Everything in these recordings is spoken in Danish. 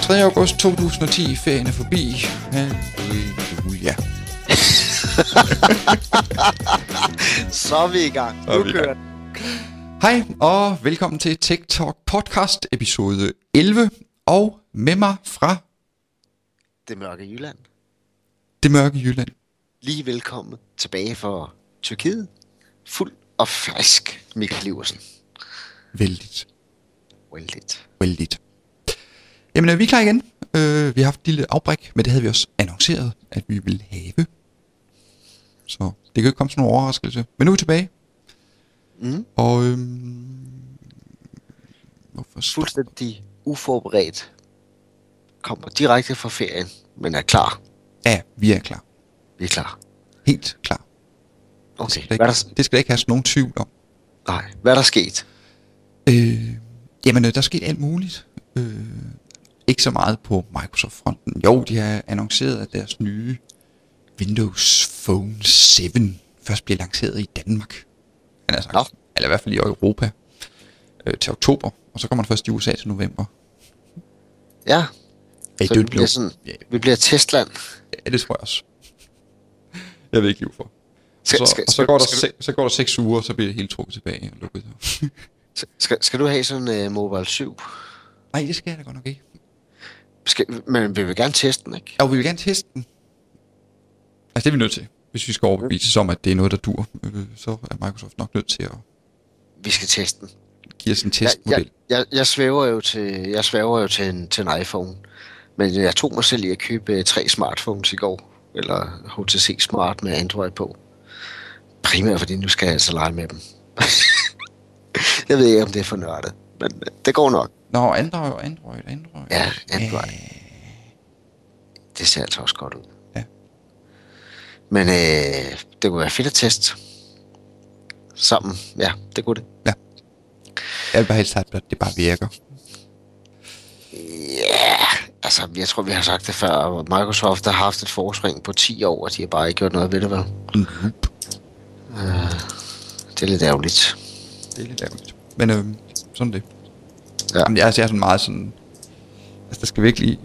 3. august 2010, ferien er forbi. Halleluja. Så er vi i gang. Nu kører. Hej og velkommen til TikTok podcast episode 11. Og med mig fra Det mørke Jylland. det mørke Jylland. Lige velkommen tilbage fra Tyrkiet. Fuld og frisk, Michael Iversen. Vældigt. Vældigt. Jamen vi er klar igen. Vi har haft et lille afbræk, men det havde vi også annonceret, at vi ville have. Så det kan jo ikke komme sådan en overraskelse. Men nu er vi tilbage. Og fuldstændig uforberedt. Kommer direkte fra ferien, men er klar. Ja, vi er klar. Vi er klar. Helt klar. Okay, det skal der ikke have nogen tvivl om. Nej, hvad er der sket? Jamen, der er sket alt muligt. Ikke så meget på Microsoft-fronten. Jo, de har annonceret, at deres nye Windows Phone 7 først bliver lanceret i Danmark. Eller i hvert fald i Europa til oktober. Og så kommer den først i USA til november. Ja, så vi bliver testland. Ja, det tror jeg også. Jeg ved ikke lige hvorfor. Så går der 6 uger, så bliver det helt trukket tilbage og lukket. Skal du have sådan en Mobile 7? Nej, det skal jeg da godt nok ikke. Men vi vil gerne teste den, ikke? Ja, vi vil gerne teste den. Altså det er vi nødt til. Hvis vi skal overbevise om, at det er noget, der dur, så er Microsoft nok nødt til at... Vi skal teste den. Give os en testmodel. Jeg svæver jo til en iPhone. Men jeg tog mig selv i at købe 3 smartphones i går. Eller HTC Smart med Android på. Primært fordi nu skal jeg altså lege med dem. Jeg ved ikke, om det er for nørdet. Men det går nok. Nå, Android. Ja, Android. Det ser altså også godt ud. Ja. Men det kunne være fedt at teste. Sammen. Ja, det kunne det. Ja. Jeg vil bare helt sagt, at det bare virker. Ja, altså jeg tror, vi har sagt det før. Microsoft har haft et forspring på 10 år, og de har bare ikke gjort noget ved det, vel? Det er lidt ærgerligt. Men sådan det. Ja. Jamen, jeg er sådan meget sådan... Altså, der skal virkelig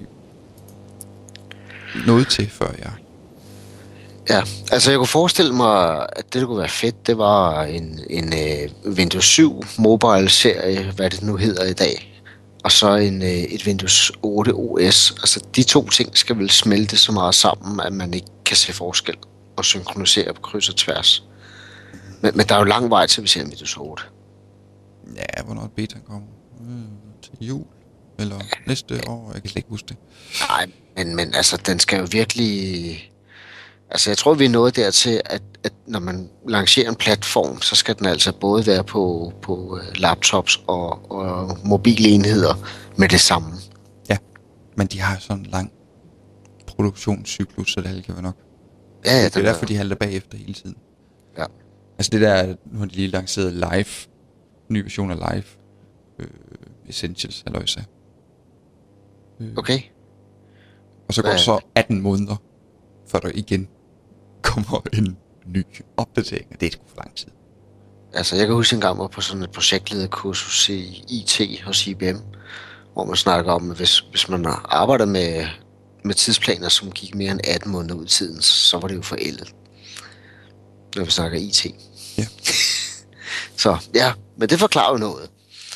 noget til, før jeg... Ja, altså jeg kunne forestille mig, at det kunne være fedt, det var en Windows 7 mobile-serie, hvad det nu hedder i dag. Og så et Windows 8 OS. Altså de to ting skal vel smelte så meget sammen, at man ikke kan se forskel og synkronisere på kryds og tværs. Men der er jo lang vej til, vi ser Windows 8. Ja, hvornår beta kommer? Til jul? Eller næste år? Jeg kan slet ikke huske det. Nej, men altså, den skal jo virkelig... Altså, jeg tror, vi er nået dertil, at når man lancerer en platform, så skal den altså både være på laptops og mobile enheder med det samme. Ja, men de har sådan en lang produktionscyklus, så det halter jo nok. Ja, det er derfor, de halter bagefter hele tiden. Ja. Altså det der, nu har de lige lanceret Live, ny version af Live, Essentials, halløjsa. Okay. Og så går det så 18 måneder, før der igen kommer en ny opdatering, og det er sgu for lang tid. Altså jeg kan huske en gang var på sådan et projektlederkursus i IT hos IBM, hvor man snakker om, at hvis man arbejder med tidsplaner, som gik mere end 18 måneder ud i tiden, så var det jo forældet. Når vi snakker IT. Ja. Så ja, men det forklarer jo noget.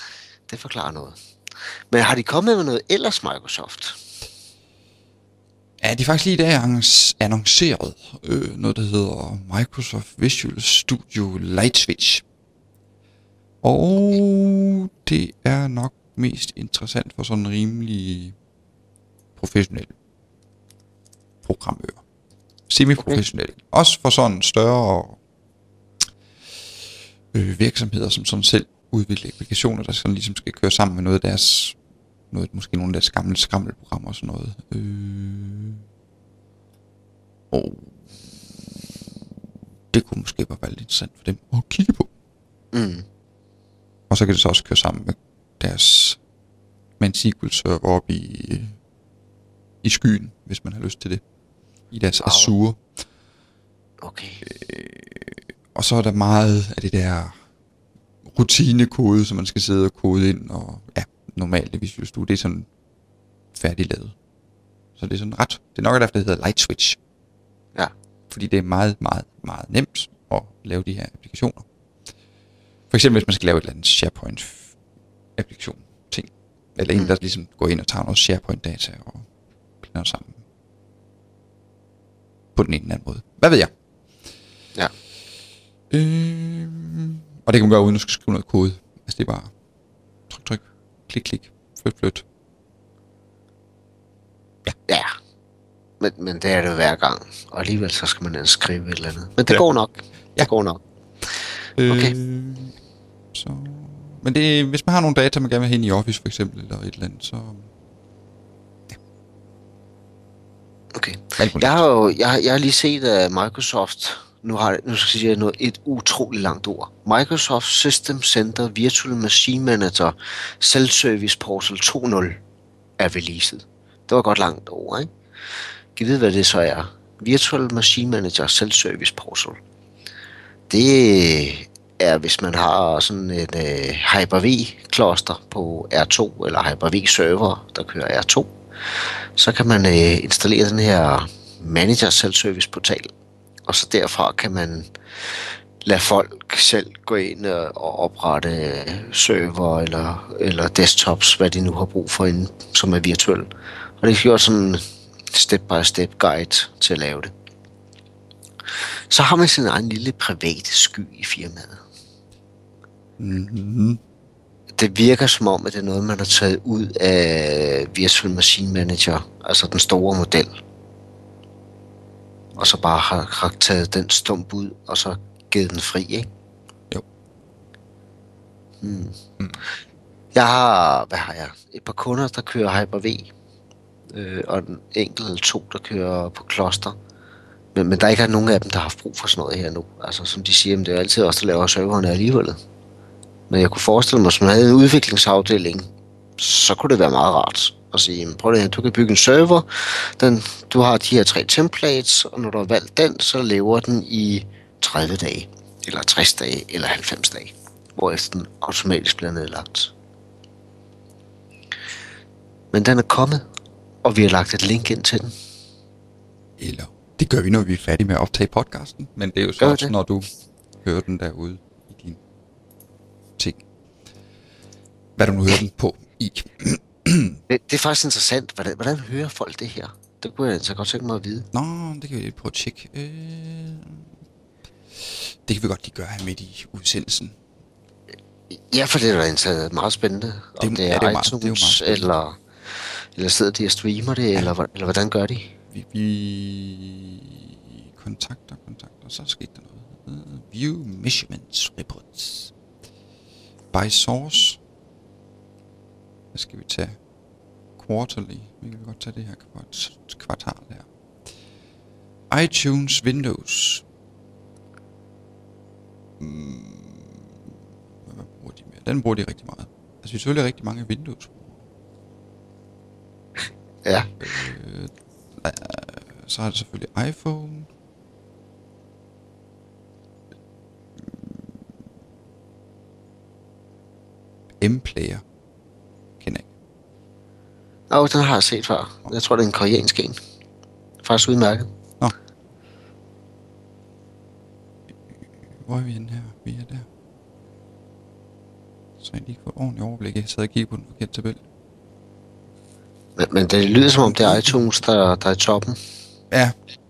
Men har de kommet med noget ellers, Microsoft? Ja, de er faktisk lige i dag annonceret noget, der hedder Microsoft Visual Studio Lightswitch. Og det er nok mest interessant for sådan en rimelig professionel programmør. Semi-professionel. Okay. Også for sådan større virksomheder, som sådan selv udvikler applikationer, der sådan ligesom skal køre sammen med noget af deres... måske nogle af deres gamle skrammelprogrammer og sådan noget. Og det kunne måske være lidt interessant for dem at kigge på. Og så kan det så også køre sammen med deres en SQL-server op i skyen, hvis man har lyst til det. I deres Azure. Okay. Og så er der meget af det der rutinekode, som man skal sidde og kode ind. Og ja, normalt i Visual Studio, det er sådan færdiglavet. Så det er sådan ret, det er nok derfor, det hedder Light Switch. Ja. Fordi det er meget, meget, meget nemt at lave de her applikationer. For eksempel hvis man skal lave et eller andet SharePoint-applikation ting. Eller en, der ligesom går ind og tager noget SharePoint-data og binder sammen. På den ene eller anden måde. Hvad ved jeg? Ja. Og det kan man gøre uden at skrive noget kode. Altså det er bare tryk, klik, flyt. Ja. Men det er det hver gang. Og alligevel så skal man skrive et eller andet. Men det går nok. Det går nok. Okay. Så... Men det, hvis man har nogle data, man gerne vil have ind i Office for eksempel, eller et eller andet, så... Ja. Okay. Jeg har lige set, at Microsoft... Nu skal jeg sige et utroligt langt ord. Microsoft System Center Virtual Machine Manager Self-Service Portal 2.0 er releaset. Det var godt langt ord, ikke? Kan I vide, hvad det så er? Virtual Machine Manager Self-Service Portal. Det er, hvis man har sådan et Hyper-V-kloster på R2, eller Hyper-V-server, der kører R2, så kan man installere den her Manager Self-Service portal, og så derfra kan man lade folk selv gå ind og oprette server eller desktops, hvad de nu har brug for inden, som er virtuelle. Og det er gjort sådan en step-by-step guide til at lave det. Så har man sin egen lille private sky i firmaet. Mm-hmm. Det virker som om, at det er noget, man har taget ud af Virtual Machine Manager, altså den store model. Og så bare har taget den stump ud, og så givet den fri, ikke? Jo. Jeg har et par kunder, der kører Hyper-V, og en enkelt eller to, der kører på kloster. Men der ikke er nogen af dem, der har haft brug for sådan noget her nu. Altså som de siger, det er altid os, der laver serverne alligevel. Men jeg kunne forestille mig, at hvis man havde en udviklingsafdeling, så kunne det være meget rart at sige, prøv det her, du kan bygge en server, du har de her 3 templates, og når du har valgt den, så lever den i 30 dage, eller 60 dage, eller 90 dage, hvorefter den automatisk bliver nedlagt. Men den er kommet, og vi har lagt et link ind til den. Eller, det gør vi, når vi er færdige med at optage podcasten, men det er jo så også, når du hører den derude i din ting. Hvad du nu hører den på i. Det er faktisk interessant. Hvordan hører folk det her? Det kunne jeg så godt tænke mig at vide. Nå, det kan vi lige prøve at tjekke. Det kan vi godt lige gøre her midt i udsendelsen. Ja, for det er da meget spændende. Om det er iTunes, eller sidder de og streamer det, eller hvordan gør de? Vi kontakter, så skete der noget. View Measurements Reports. By Source. Hvad skal vi tage? Quarterly. Vi kan godt tage det her kvartal her. iTunes, Windows. Hvad bruger de mere? Den bruger de rigtig meget. Altså vi selvfølgelig rigtig mange Windows. Ja. Så er det selvfølgelig iPhone. M-Player kender jeg. Den har jeg set før. Jeg tror, det er en koreansk en. Faktisk udmærket. Nå. Hvor er vi henne her? Vi er der. Så jeg lige får et ordentligt overblik. Jeg sad og kiggede på den forkerte tabel. Men det lyder som om, det er iTunes, der er i toppen. Ja.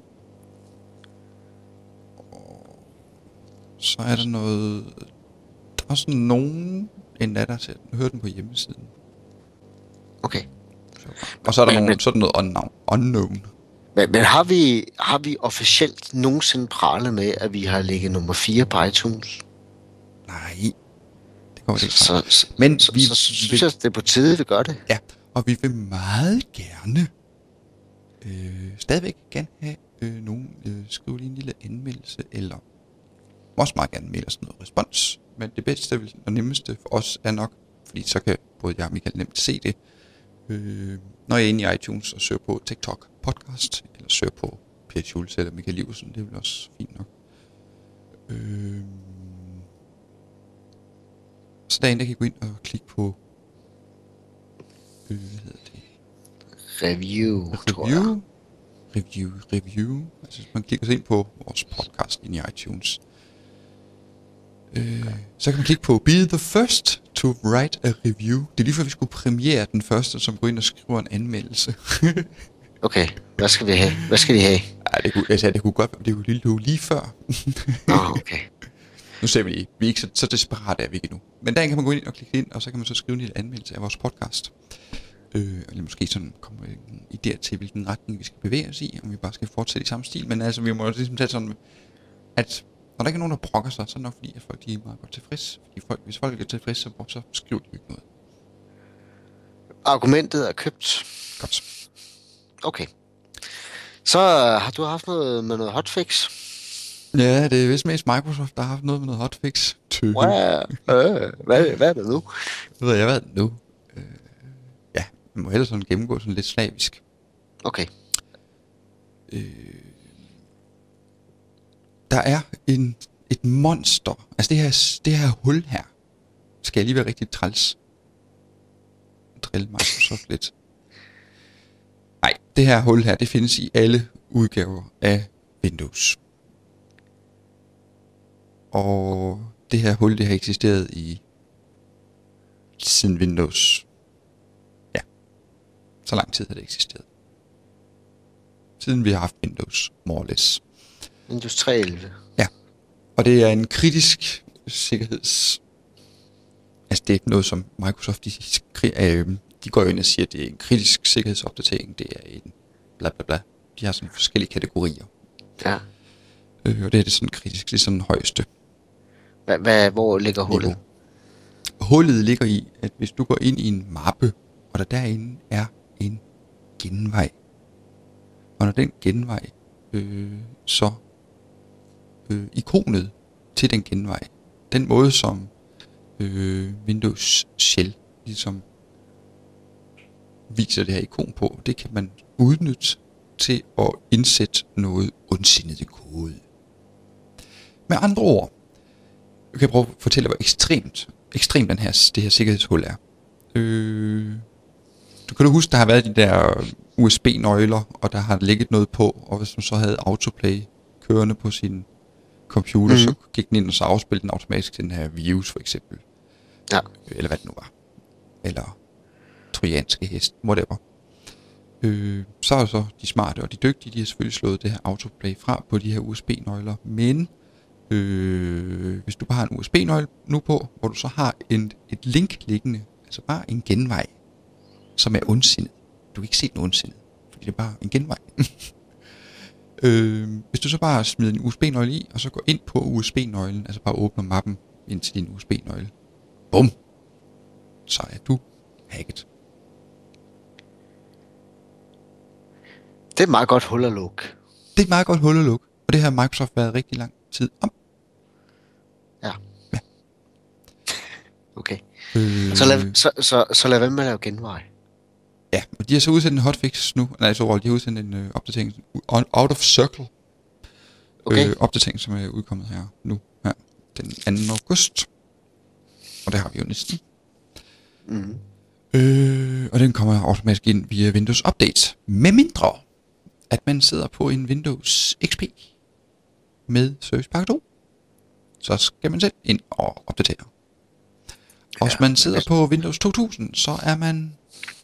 Så er der noget... Der er også nogen endda, der hører den på hjemmesiden. Okay. Og så er der sådan noget unknown. Men har vi officielt nogensinde pralet med, at vi har ligget nummer 4 på iTunes? Nej. Det kommer det ikke fra. Men så synes jeg, det er på tide, vi gør det. Ja, og vi vil meget gerne stadigvæk gerne have nogen skrive lige en lille anmeldelse, eller også meget gerne mail os noget respons. Men det bedste og nemmeste for os er nok, fordi så kan både jeg og Michael nemt se det, når jeg er inde i iTunes og søger på TikTok podcast, eller søger på Per Schultz eller Michael Livsen, det er vel også fint nok. Så derinde, der kan I gå ind og klikke på, hvad hedder det? Review, tror jeg. Review. Altså hvis man klikker sig ind på vores podcast ind i iTunes, så kan man klikke på Be the first to write a review. Det er lige før vi skulle premiere den første, som går ind og skriver en anmeldelse. Okay, hvad skal vi have? Hvad skal de have? Ej, det kunne godt være, det kunne lige før. Okay. Nu ser vi lige. Vi er ikke så desperate er vi ikke nu. Men der kan man gå ind og klikke ind, og så kan man så skrive en lille anmeldelse af vores podcast. Eller måske sådan komme med en idé til, hvilken retning vi skal bevæge os i, om vi bare skal fortsætte i samme stil. Men altså, vi må jo ligesom tage sådan, at når der ikke er nogen, der brokker sig, så er det nok fordi, at folk de er meget godt tilfredse. Fordi hvis folk er tilfredse, så skriver de ikke noget. Argumentet er købt. Godt. Okay. Så har du haft noget med noget hotfix? Ja, det er vist mest Microsoft, der har haft noget med noget hotfix. Hvad er det nu? Nu ved jeg, hvad nu. Ja, man må hellere sådan gennemgå sådan lidt slavisk. Okay. Der er et monster. Altså det her hul her, skal jeg lige være rigtig træls. Drille Microsoft lidt. Nej, det her hul her, det findes i alle udgaver af Windows. Og det her hul, det har eksisteret siden Windows. Ja, så lang tid har det eksisteret. Siden vi har haft Windows, more or less. Windows 3.11. Ja, og det er en kritisk sikkerheds... Altså det er noget, som Microsoft, de går jo ind og siger, at det er en kritisk sikkerhedsopdatering. Det er en bla bla bla. De har sådan forskellige kategorier. Ja. Og det er det sådan kritisk, det er sådan højeste. Hvor ligger hullet? Niveau. Hullet ligger i, at hvis du går ind i en mappe, og der derinde er en genvej. Og når den genvej, ikonet til den genvej, den måde som Windows Shell ligesom viser det her ikon på, det kan man udnytte til at indsætte noget ondsindet kode. Med andre ord, jeg kan prøve at fortælle, hvor ekstremt det her sikkerhedshul er. Du kan huske, der har været de der USB-nøgler, og der har ligget noget på, og hvis man så havde autoplay kørende på sin computer, så gik den ind, og så afspillede den automatisk den her views for eksempel. Ja. Eller hvad det nu var. Eller trojanske hest, whatever. Så er så de smarte og de dygtige, de har selvfølgelig slået det her autoplay fra på de her USB-nøgler, men hvis du bare har en USB-nøgle nu på, hvor du så har et link liggende, altså bare en genvej, som er ondsindet. Du kan ikke se den ondsindet, fordi det er bare en genvej. Hvis du så bare smider en USB-nøgle i, og så går ind på USB-nøglen, altså bare åbner mappen ind til din USB-nøgle, bum, så er du hacket. Det er et meget godt hul at lukke. Det er et meget godt hul at lukke, og det har Microsoft været rigtig lang tid om. Ja. Ja. Okay. Så lad være med at lave genvej. Ja, og de har så udsendt en hotfix nu. Nej, så de har udsendt en opdatering. Out of Circle. Okay. Opdatering, som er udkommet her nu. Her, den 2. august. Og det har vi jo næsten. Mm. Og den kommer automatisk ind via Windows Update. Med mindre, at man sidder på en Windows XP med Service Pack 2. Så skal man selv ind og opdatere. Og hvis man sidder på Windows 2000, så er man...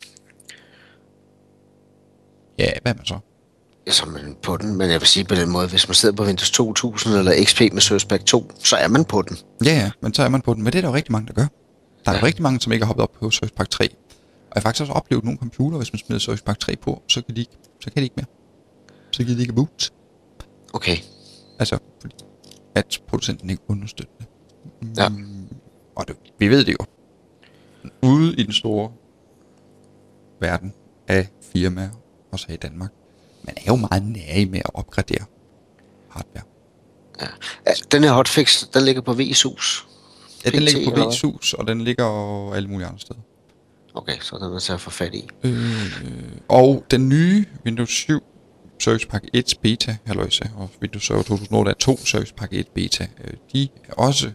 Ja, hvad er man så? Ja, så er man på den, men jeg vil sige på den måde, hvis man sidder på Windows 2000 eller XP med Service Pack 2, så er man på den. Ja, men så er man på den. Men det er der jo rigtig mange, der gør. Der er jo rigtig mange, som ikke har hoppet op på Service Pack 3. Og jeg har faktisk også oplevet nogle computer, hvis man smider Service Pack 3 på, så kan de ikke mere. Så giver de ikke boot. Okay. Altså, fordi at producenten ikke understøtter det. Ja. Og vi ved det jo. Ude i den store verden af firmaer, også her i Danmark, man er jo meget nære med at opgradere hardware. Ja. Den her hotfix, den ligger på VSUS. Ja, den ligger på VSUS, og den ligger alle mulige andre steder. Okay, så den er til at få fat i. Og den nye Windows 7 Service Pack 1 Beta, halløjse, og Windows Server 2008 er 2 Service Pack 1 Beta, de er også...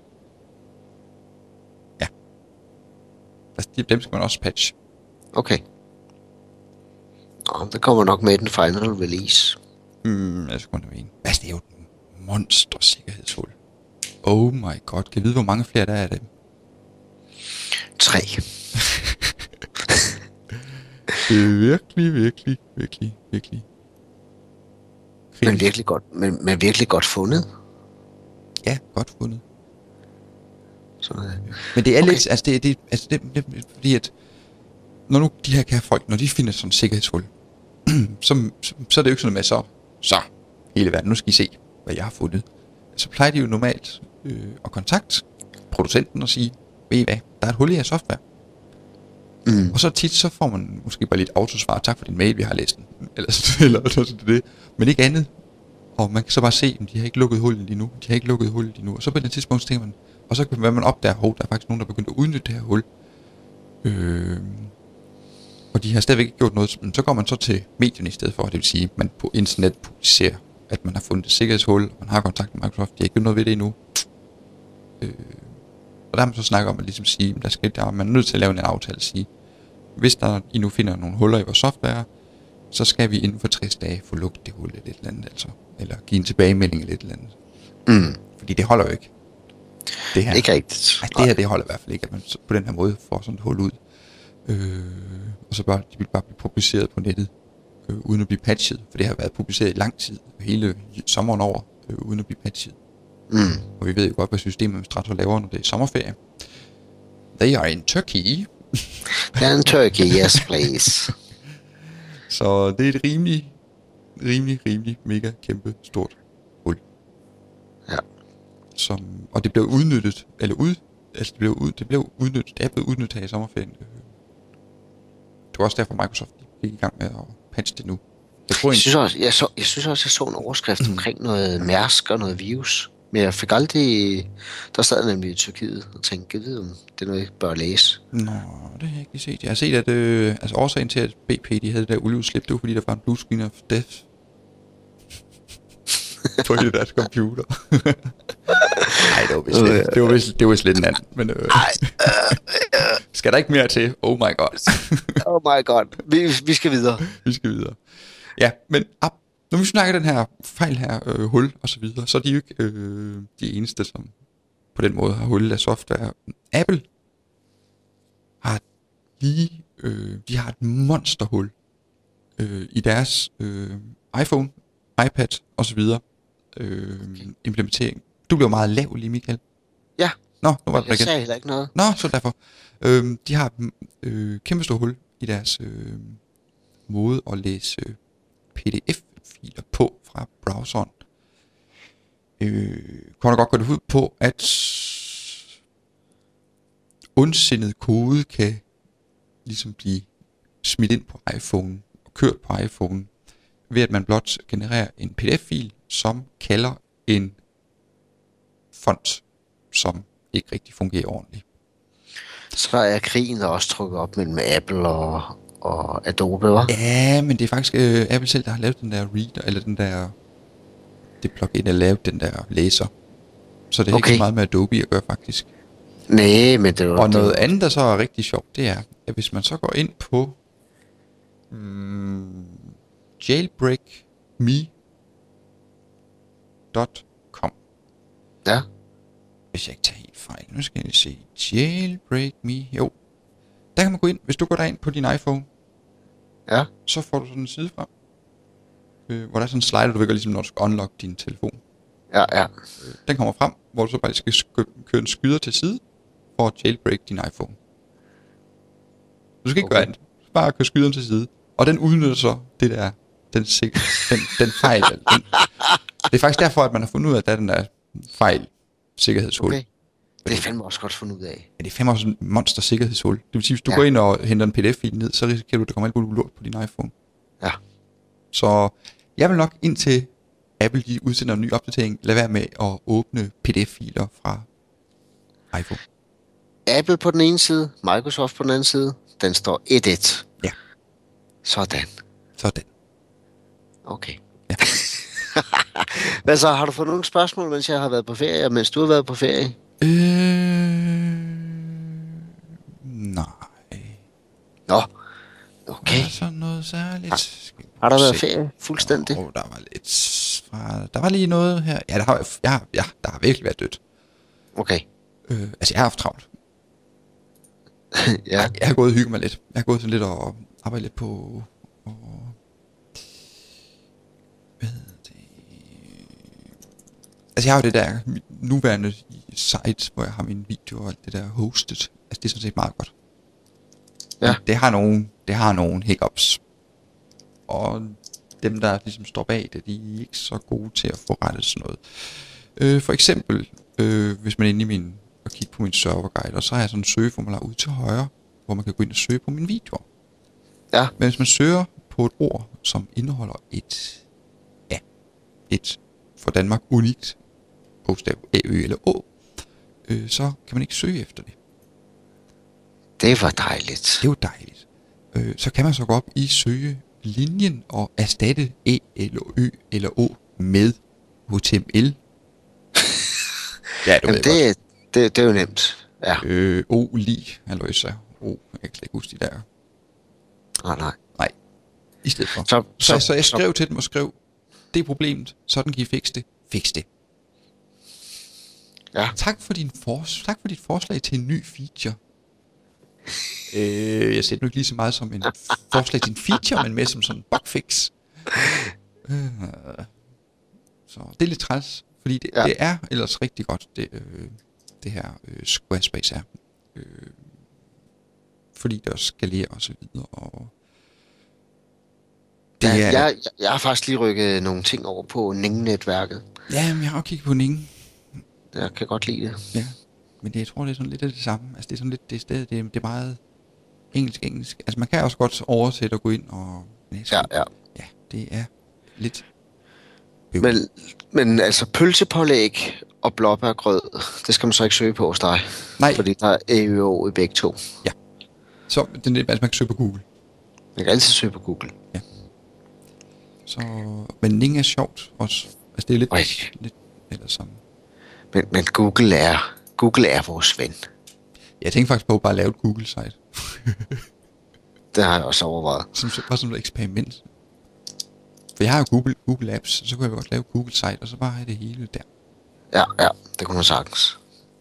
Ja. Altså, dem skal man også patche. Okay. Nå, det kommer nok med i den final release. Jeg skulle mene. Altså, det er jo et monster sikkerhedshul. Oh my god, kan jeg vide, hvor mange flere der er af dem? 3. Det er virkelig. Men virkelig godt fundet. Ja, godt fundet. Så, Men det er lidt, altså det fordi at, når nu de her kære folk, når de finder sådan et sikkerhedshul, så er det jo ikke sådan med, så hele verden, nu skal I se, hvad jeg har fundet. Så plejer de jo normalt at kontakte producenten og sige, ved I hvad, der er et hul i jeres software. Og så tit, så får man måske bare lidt autosvar, tak for din mail, vi har læst den, eller sådan det, men ikke andet. Og man kan så bare se, at de har ikke lukket hullet lige nu, og så på det tidspunkt, så tænker man, og så kan man opdage, der er faktisk nogen, der er begyndt at udnytte det her hul. Og de har stadigvæk ikke gjort noget, så går man så til medierne i stedet for, det vil sige, at man på internet publicerer, at man har fundet et sikkerhedshul, og man har kontakt med Microsoft, de har ikke gjort noget ved det endnu. Og der har man så snakket om at ligesom sige, der er man nødt til at lave en aftale og sige, hvis I nu finder nogle huller i vores software, så skal vi inden for 60 dage få lukket det hul eller et eller andet, altså. Eller give en tilbagemelding eller et eller andet. Fordi det holder jo ikke. Det her. Ikke rigtigt. Det holder i hvert fald ikke, at man på den her måde får sådan et hul ud. Og så de vil bare blive publiceret på nettet, uden at blive patchet. For det har været publiceret i lang tid, hele sommeren over, uden at blive patchet. Og vi ved jo godt, hvad systemet med Strator laver, når det er sommerferie. They are in Turkey. They're in Turkey, yes please. Så det er et rimelig mega kæmpe stort hul. Ja. Og det blev udnyttet, det blev udnyttet her i sommerferien. Det var også derfor Microsoft gik i gang med at patche det nu. Jeg synes også, jeg så en overskrift omkring noget Mærsk og noget virus. Men jeg fik aldrig... Der sad nemlig i Tyrkiet og tænkte, jeg ved om det er noget, jeg bør læse. Nå, det har jeg ikke lige set. Jeg har set, at årsagen til, at BP de havde det der olieudslip, det var fordi, der var en blue screen of death på deres computer. Nej, det var vist lidt en anden. Men, skal der ikke mere til? Oh my god. Oh my god. Vi skal videre. Ja, men når vi snakker den her fejl her, hul og så videre, så er de jo ikke de eneste, som på den måde har hul af software. Apple har de har et monsterhul i deres iPhone, iPad og så videre implementering. Du blev meget lav lige, Michael. Ja. Nå, nu var det jeg sagde heller ikke noget. Nå, så derfor. De har kæmpe stor hul i deres måde at læse PDF-filer på fra browseren. Kunne godt gå det ud på, at ondsindet kode kan ligesom blive smidt ind på iPhone og kørt på iPhone, ved at man blot genererer en PDF-fil, som kalder en font, som ikke rigtig fungerer ordentligt. Så er krigen også trukket op mellem Apple og Adobe, hva'? Ja, men det er faktisk Apple selv, der har lavet den der reader, eller det plugin, der har lavet den der læser. Så det er ikke så meget med Adobe at gøre, faktisk. Nej, men det var... Og noget andet, der så er rigtig sjovt, det er, at hvis man så går ind på jailbreakme.com. Ja. Hvis jeg ikke tager helt fejl. Nu skal jeg se. Jailbreakme. Jo. Der kan man gå ind. Hvis du går derind på din iPhone. Ja. Så får du sådan en side frem. Hvor der er sådan en slider, du vil ligesom når du skal unlock din telefon. Ja. Den kommer frem, hvor du så bare skal køre en skyder til side. For at jailbreak din iPhone. Du skal ikke gøre andet. Bare køre skyderen til side. Og den udnytter så det der. Den fejl. Det er faktisk derfor, at man har fundet ud af, at der er den der fejl. Sikkerhedshul. Okay. Det er fandme også godt fundet ud af. Ja, det er fandme også en monster sikkerhedshul. Det vil sige, hvis du går ind og henter en PDF-fil ned, så risikerer du, at der kommer alt muligt lort på din iPhone. Ja. Så jeg vil nok indtil Apple de udsender en ny opdatering, lad være med at åbne PDF-filer fra iPhone. Apple på den ene side, Microsoft på den anden side, den står 1-1. Ja. Sådan. Okay. Ja. Hvad så, har du fået nogle spørgsmål, mens jeg har været på ferie, mens du har været på ferie? Nej. Nå, okay. Er der sådan noget særligt? Har der været ferie fuldstændig? Og der var lidt... Der var lige noget her. Ja, der har virkelig været dødt. Okay. Altså, jeg har haft travlt. Ja. Jeg har gået og hygget mig lidt. Jeg har gået sådan lidt og arbejdet lidt på... Hvad hedder det? Altså, jeg har jo det der nuværende site, hvor jeg har mine videoer og alt det der hostet. Altså, det er sådan set meget godt. Ja. Det har nogle hiccups. Og dem, der ligesom står bag det, de er ikke så gode til at få rettet sådan noget. For eksempel, hvis man er inde i min og kigge på min serverguide, og så har jeg sådan en søgeformular ude til højre, hvor man kan gå ind og søge på mine videoer. Ja. Men hvis man søger på et ord, som indeholder et for Danmark unikt bogstav A, Ø eller Å, så kan man ikke søge efter det. Det var dejligt. Det er jo dejligt. Så kan man så gå op i søgelinjen og erstatte E eller Ø eller Å med HTML. Ja, du Jamen, ved det er jo nemt. Ja. O-li, halløjsa. Jeg kan slet ikke huske de der. Nej. I stedet for. Så jeg skrev til dem og skrev, det er problemet, sådan kan I fikse det. Fix det. Ja. Tak for dit forslag til en ny feature. Jeg ser det nu ikke lige så meget som en forslag til en feature, men mere som sådan en bugfix. Så det er lidt træls, fordi det er ellers rigtig godt, det her Squarespace er. Fordi det også skalerer og så videre. Og det jeg har faktisk lige rykket nogle ting over på Ning-netværket. Ja, men jeg har også kigget på Ning. Jeg kan godt lide det. Ja, men jeg tror, det er sådan lidt af det samme. Altså, det er sådan lidt det sted, det er meget engelsk. Altså, man kan også godt oversætte og gå ind og... Ja, det er lidt... Men altså, pølsepålæg og blåbærgrød, det skal man så ikke søge på hos dig. Nej. Fordi der er AØO i begge to. Ja. Så man kan søge på Google. Man kan altid søge på Google. Ja. Så... Men Ning er sjovt også. Altså, det er lidt eller sådan... Men Google er vores ven. Jeg tænkte faktisk på at bare lave et Google-site. Det har jeg også overvejet. Som et eksperiment. For jeg har jo Google Apps, så kunne jeg godt lave Google-site, og så bare have det hele der. Ja, det kunne man sagtens.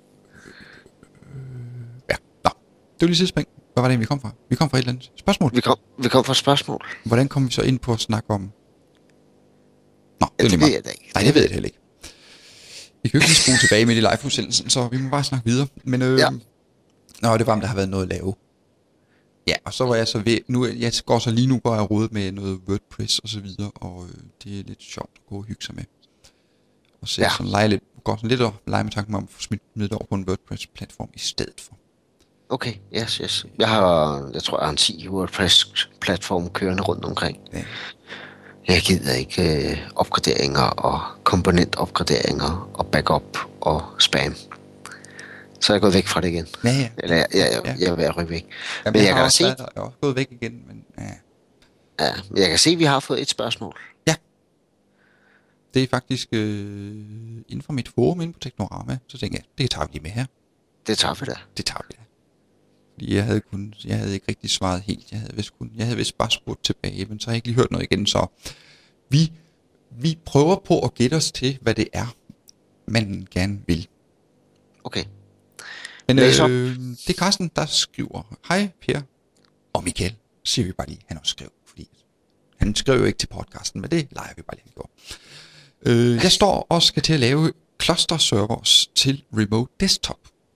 Ja, nå. Det var lige sidespring. Hvad var det, vi kom fra? Vi kom fra et eller andet spørgsmål. Vi kom fra et spørgsmål. Hvordan kom vi så ind på at snakke om... Nå, det ved jeg da ikke. Nej, det ved jeg heller ikke. Vi kan jo ikke lige spole tilbage med i live-udsendelsen, så vi må bare snakke videre. Men Nå, det var, om der har været noget at lave. Ja, og så var jeg så ved... Jeg går så lige nu bare og rode med noget WordPress og så videre, og det er lidt sjovt at gå og hygge sig med. Og så går sådan lidt og lege med tanken om at få smidt det over på en WordPress-platform i stedet for. Okay, yes. Jeg tror, jeg har en 10 WordPress-platform kørende rundt omkring. Ja. Jeg gider ikke opgraderinger og komponentopgraderinger og backup og spam. Så er jeg gået væk fra det igen. Ja. Eller jeg er ved at rykke væk. Jamen, men jeg kan se... Jeg er også gået væk igen, men... Ja, men jeg kan se, at vi har fået et spørgsmål. Ja. Det er faktisk inden for mit forum inde på Teknorama. Så tænker jeg, det tager vi lige med her. Det tager vi da. Fordi jeg havde ikke rigtig svaret helt. Jeg havde vist bare spurgt tilbage, men så har jeg ikke lige hørt noget igen. Så vi prøver på at gætte os til, hvad det er, man gerne vil. Okay. Men det er Carsten, der skriver, hej Per og Michael, siger vi bare lige, han også skrev, fordi han skrev jo ikke til podcasten, men det leger vi bare lige, han gjorde. Jeg står og skal til at lave cluster servers til remote desktop.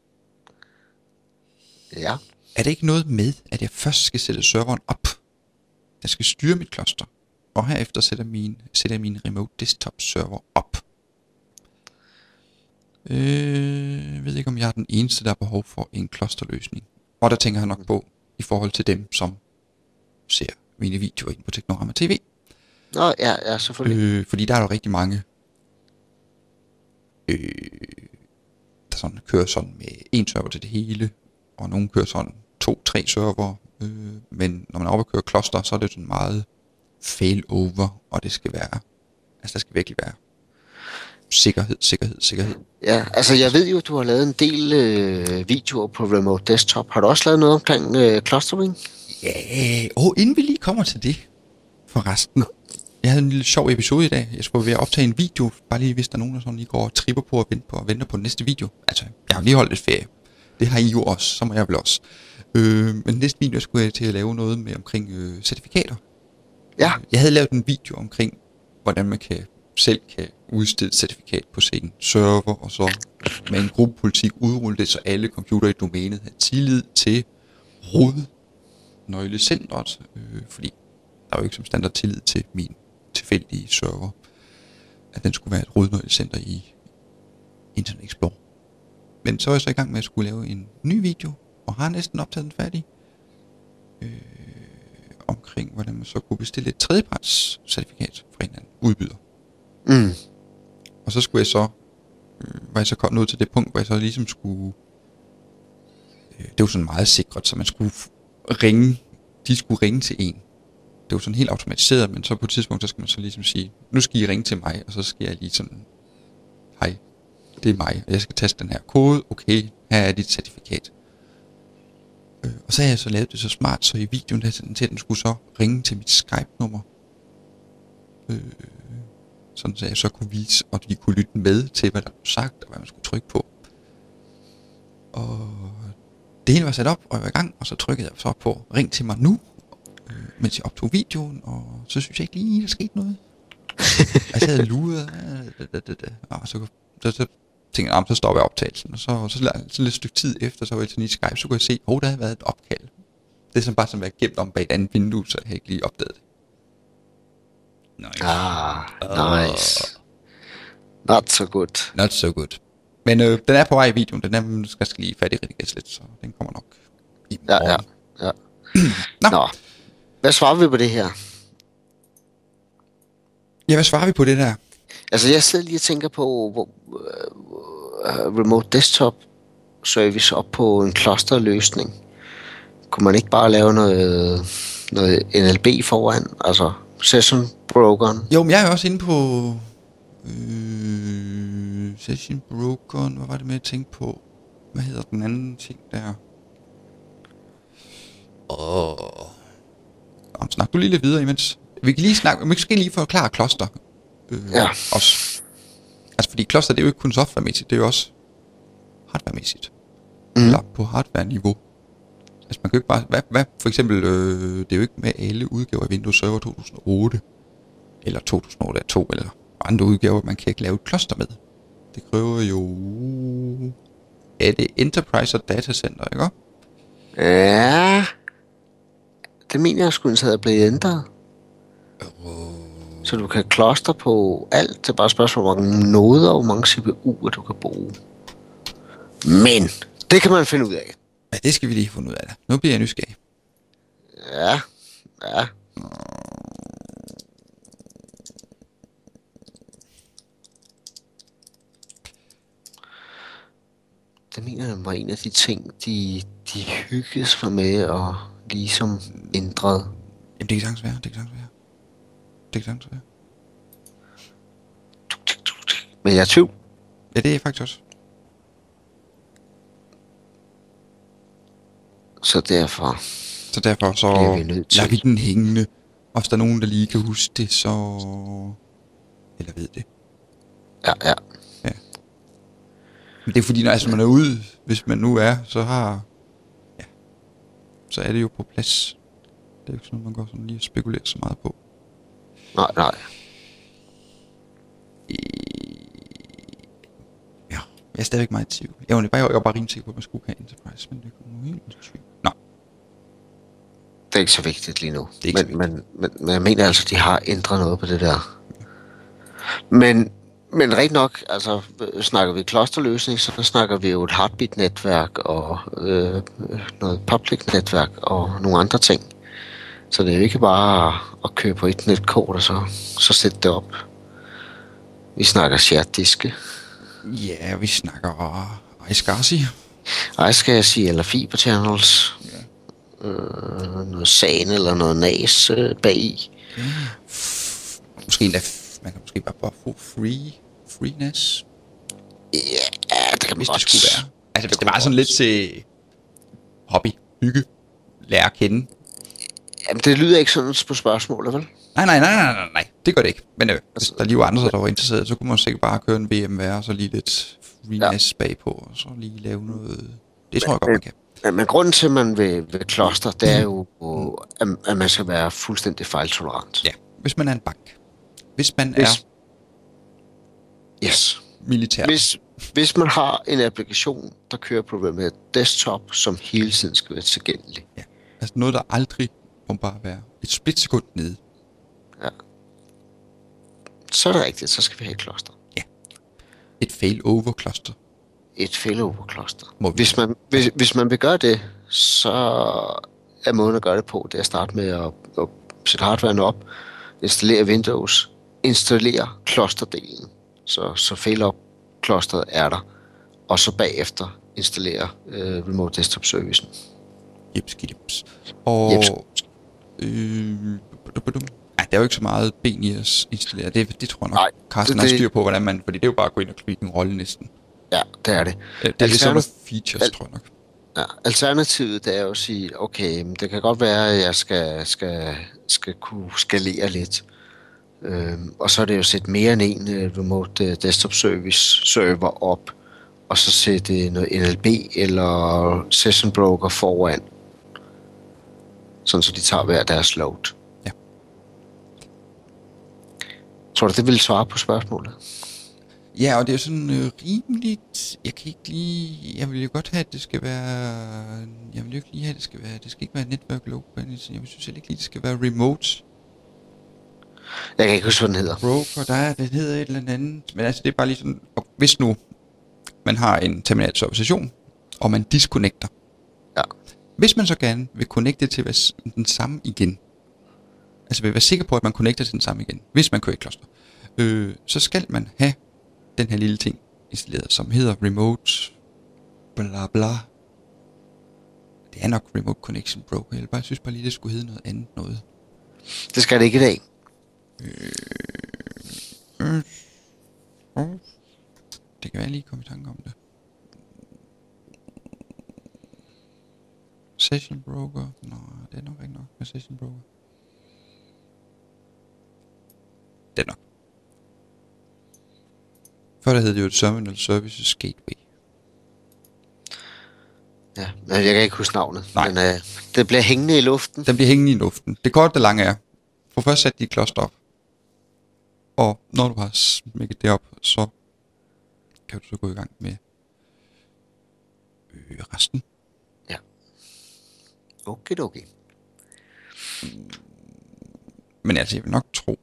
Ja. Er det ikke noget med, at jeg først skal sætte serveren op? Jeg skal styre mit cluster, og herefter sætter jeg min remote desktop server op. Jeg ved ikke, om jeg er den eneste, der har behov for en clusterløsning. Og der tænker jeg nok på, i forhold til dem, som ser mine videoer ind på Teknorama TV. Nå, ja, selvfølgelig. Fordi der er jo rigtig mange, der sådan kører sådan med en server til det hele, og nogle kører sådan 2-3 server. Men når man er oppe og kører cluster, så er det sådan meget failover, og det skal være, altså der skal virkelig være sikkerhed. Ja, altså jeg ved jo, du har lavet en del videoer på remote desktop. Har du også lavet noget omkring clustering? Ja, inden vi lige kommer til det, Forresten, jeg havde en lille sjov episode i dag. Jeg skulle ved at optage en video, bare lige hvis der er nogen, der sådan lige går og tripper på og venter på den næste video. Altså, jeg har lige holdt lidt ferie. Det har I jo også, så må jeg vel også. Men næste video skulle jeg til at lave noget med omkring certifikater. Ja. Jeg havde lavet en video omkring, hvordan man selv kan udstede certifikat på sin server, og så med en gruppepolitik udrulle det, så alle computere i domænet har tillid til rodnøglecentret, fordi der er jo ikke som standard tillid til min tilfældige server, at den skulle være et rodnøglecenter i Internet Explorer. Men så er jeg så i gang med at skulle lave en ny video, og har næsten optaget den færdig, omkring hvordan man så kunne bestille et tredjeparts certifikat fra en eller anden udbyder. Mm. Og så skulle jeg så, var jeg så kommet ud til det punkt, hvor jeg så ligesom skulle, det var sådan meget sikret, så man skulle de skulle ringe til en. Det var sådan helt automatiseret, men så på et tidspunkt, så skal man så ligesom sige, nu skal I ringe til mig, og så skal jeg lige sådan, hej, det er mig, og jeg skal taste den her kode, okay, her er dit certifikat. Og så har jeg så lavet det så smart, så i videoen der til den skulle så ringe til mit Skype-nummer. Sådan så jeg så kunne vise, og de kunne lytte med til, hvad der blev sagt, og hvad man skulle trykke på. Og det hele var sat op, og jeg var i gang, og så trykkede jeg så på, ring til mig nu, mens jeg optog videoen, og så synes jeg ikke lige, der skete noget. Jeg sad og lurede, og så tænkte jeg, så stopper jeg optagelsen, og så lidt stykke tid efter, så var jeg til Skype, så kunne jeg se, der havde været et opkald. Det er sådan bare som at være gemt om bag et andet vindue, så jeg ikke lige opdaget det. Nice. Nice. Not so good. Not so good. Men den er på vej i videoen, den skal lige færdigredigeres lidt, så den kommer nok i morgen. Ja. Nå. Hvad svarer vi på det her? Ja, hvad svarer vi på det der? Altså, jeg sidder lige og tænker på remote desktop service op på en clusterløsning. Kunne man ikke bare lave noget NLB foran? Altså, session brokeren? Jo, men jeg er jo også inde på session brokeren. Hvad var det med at tænke på? Hvad hedder den anden ting der? Snak du lige lidt videre imens. Vi kan lige snakke, vi skal lige forklare cluster. Ja. Også. Altså fordi cluster, det er jo ikke kun softwaremæssigt, det er jo også hardwaremæssigt. Eller på hardware-niveau. Altså man kan jo ikke bare, hvad for eksempel, det er jo ikke med alle udgaver af Windows Server 2008, eller 2008 eller andre udgaver, man kan ikke lave et cluster med. Det kræver jo, er det Enterprise og Datacenter, ikke? Ja, det mener jeg skulle have blevet ændret. Så du kan cluster på alt. Det er bare et spørgsmål, hvor mange noder og hvor mange CPU'er du kan bruge. Men det kan man finde ud af. Ja, det skal vi lige finde ud af. Nu bliver jeg nysgerrig. Ja. Det mener jeg var en af de ting, de hyggede sig med og ligesom ændrede. Jamen det kan sagtens være. Men jeg er tvivl. Ja, det er jeg faktisk også. Så derfor så lader vi den hængende. Og hvis der er nogen, der lige kan huske det, så... Eller ved det. Ja. Men det er fordi, når man er ude, hvis man nu er, så har... Ja. Så er det jo på plads. Det er jo ikke sådan noget, man går sådan lige og spekulerer så meget på. Nej. Ja, jeg er stadigvæk meget i tvivl. Jeg var bare rimelig sikker på, at man skulle have Enterprise, men det kommer helt i tvivl. Nå. Det er ikke så vigtigt lige nu. Men jeg mener altså, de har ændret noget på det der. Men rigtig nok, altså snakker vi clusterløsning, så snakker vi jo et heartbeat-netværk og noget public-netværk og nogle andre ting. Så det er jo ikke bare at købe på et netkort og så sætte det op. Vi snakker shared-diske. Ja, vi snakker iSCSI. iSCSI eller fiber channels. Ja. Noget SAN eller noget NAS bagi. Ja. Måske endda, man kan måske bare få free NAS. Ja, det kan man hvis godt. Det skulle være. Altså hvis det var sådan lidt til hobby, hygge, lære at kende. Jamen det lyder ikke sådan på spørgsmålet, vel? Nej. Det gør det ikke. Men hvis der lige var andre, der var interesseret, så kunne man sikkert bare køre en VMware, og så lige lidt FreeNAS bagpå, og så lige lave noget. Det tror jeg godt, man kan. Men grunden til, at man vil cluster, det er jo, at man skal være fuldstændig fejltolerant. Ja, hvis man er en bank. Hvis man er militær. Hvis man har en applikation, der kører på med desktop, som hele tiden skal være tilgængelig. Ja, altså noget, der aldrig må bare være et splitsekund nede. Ja. Så er det rigtigt, så skal vi have et cluster. Ja. Et failover-cluster. Et failover-cluster. Hvis man vil gøre det, så er måden at gøre det på, det er at starte med at sætte hardwaren op, installere Windows, installere clusterdelen, så failover-clusteret er der, og så bagefter installere Remote Desktop Servicen. Jeps. Og der er jo ikke så meget ben i at installere. Det tror jeg nok, Carsten har styr på, hvordan man... Fordi det er jo bare at gå ind og klikke en rolle næsten. Ja, det er det. Det er ligesom nogle features, tror jeg nok. Ja, alternativet det er jo at sige, okay, det kan godt være, at jeg skal kunne skalere lidt. Og så er det jo at sætte mere end en Remote Desktop Service server op, og så sætte noget NLB eller Session Broker foran. Sådan så de tager hver deres load. Ja. Tror du, det ville svare på spørgsmålet? Ja, og det er jo sådan rimeligt. Jeg vil jo godt have, at det skal være... Jeg vil jo ikke lige have, at det skal ikke være network local. Jeg synes ikke lige, det skal være remote. Jeg kan ikke huske, hvad den hedder. Broker, den hedder et eller andet. Men altså, det er bare lige sådan... Hvis nu man har en terminalservice, og man disconnecter. Ja. Hvis man så gerne vil connecte til den samme igen. Altså vil være sikker på, at man connecter til den samme igen. Hvis man kører i cluster. Så skal man have den her lille ting installeret, som hedder remote bla bla. Det er nok remote connection broker. Jeg synes bare lige, det skulle hedde noget andet noget. Det skal det ikke i dag. Det kan være, jeg lige komme i tanke om det. Session broker. Nå, det er nok ikke nok med session broker. Det er nok. Før der hed det jo Terminal Services Gateway. Ja, men jeg kan ikke huske navnet. Nej. Men det bliver hængende i luften. Den bliver hængende i luften. Det korte og lange er, få først sat dit cluster op. Og når du har smækket det op, så kan du så gå i gang med resten. Ja. Okay. Men altså, jeg vil nok tro.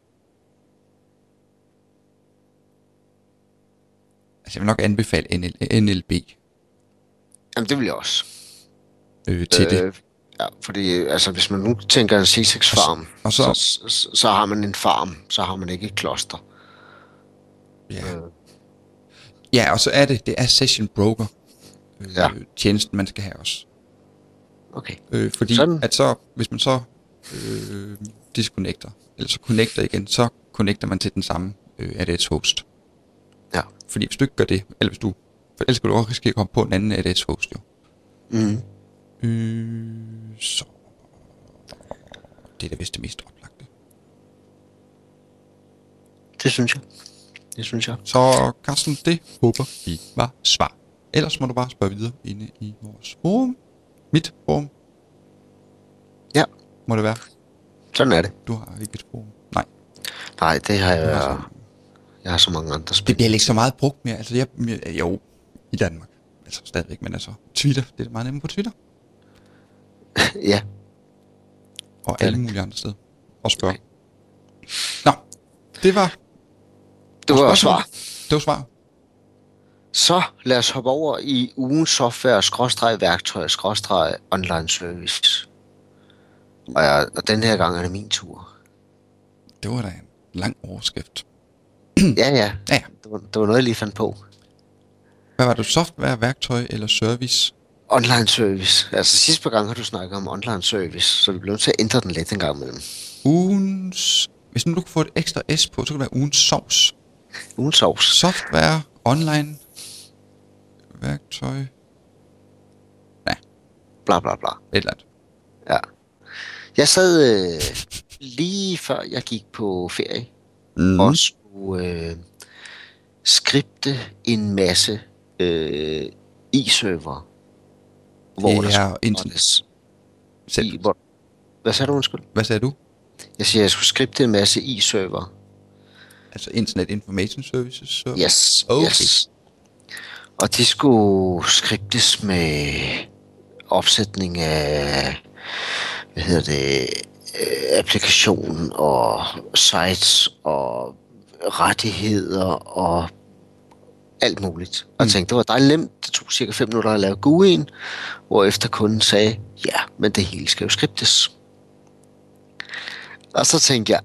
Altså, jeg vil nok anbefale NLB. Jamen, det vil jeg også. Til det. Ja, fordi altså, hvis man nu tænker en C6 farm, og så har man en farm, så har man ikke et cluster. Ja. Ja, og så er det er Session Broker tjenesten, man skal have også. Okay. Fordi at så, hvis man så disconnecter, eller så connecter igen, så connecter man til den samme ADS host. Ja. Fordi hvis du ikke gør det, eller hvis du, for ellers kan du også risikere at komme på en anden ADS host jo. Så det er da vist det mest oplagte. Det synes jeg. Så Carsten, det håber vi var svar. Ellers må du bare spørge videre inde i vores forum. Mit forum. Ja. Må det være? Sådan er det. Du har ikke et forum? Nej, det har jeg. Jeg har så mange andre spil. Det bliver ikke så meget brugt mere. Altså jo, i Danmark. Altså stadigvæk, men altså Twitter, det er meget nemmere på Twitter. Ja. Og alle mulige andre steder. Og spørge. Nå, det var svar. Det var svar. Så lad os hoppe over i ugens software, værktøj, online service. Og den her gang er det min tur. Det var da en lang overskrift. Ja. Det var noget, jeg lige fandt på. Hvad var det? Software, værktøj eller service? Online service. Altså sidste par gange har du snakket om online service, så vi bliver nødt til at ændre den lidt en gang imellem. Ugens... Hvis nu du kunne få et ekstra S på, så kunne det være ugens sovs. Ugens sovs. Software, online, værktøj... Ja. Bla bla bla. Et eller andet. Ja. Jeg sad lige før jeg gik på ferie, Mm. og skulle skripte en masse i-server, hvor der Det er skulle internet. startes Selv. Hvad sagde du, undskyld? Hvad sagde du? Jeg siger, jeg skulle skripte en masse i-server. Altså Internet Information Services server? Yes, Okay. yes. Og de skulle skriptes med opsætning af, applikation og sites og rettigheder og alt muligt. Og jeg tænkte, det var dejligt nemt. Det tog cirka 5 minutter at lave GUI'en, hvorefter kunden sagde, ja, men det hele skal jo skriptes. Og så tænkte jeg,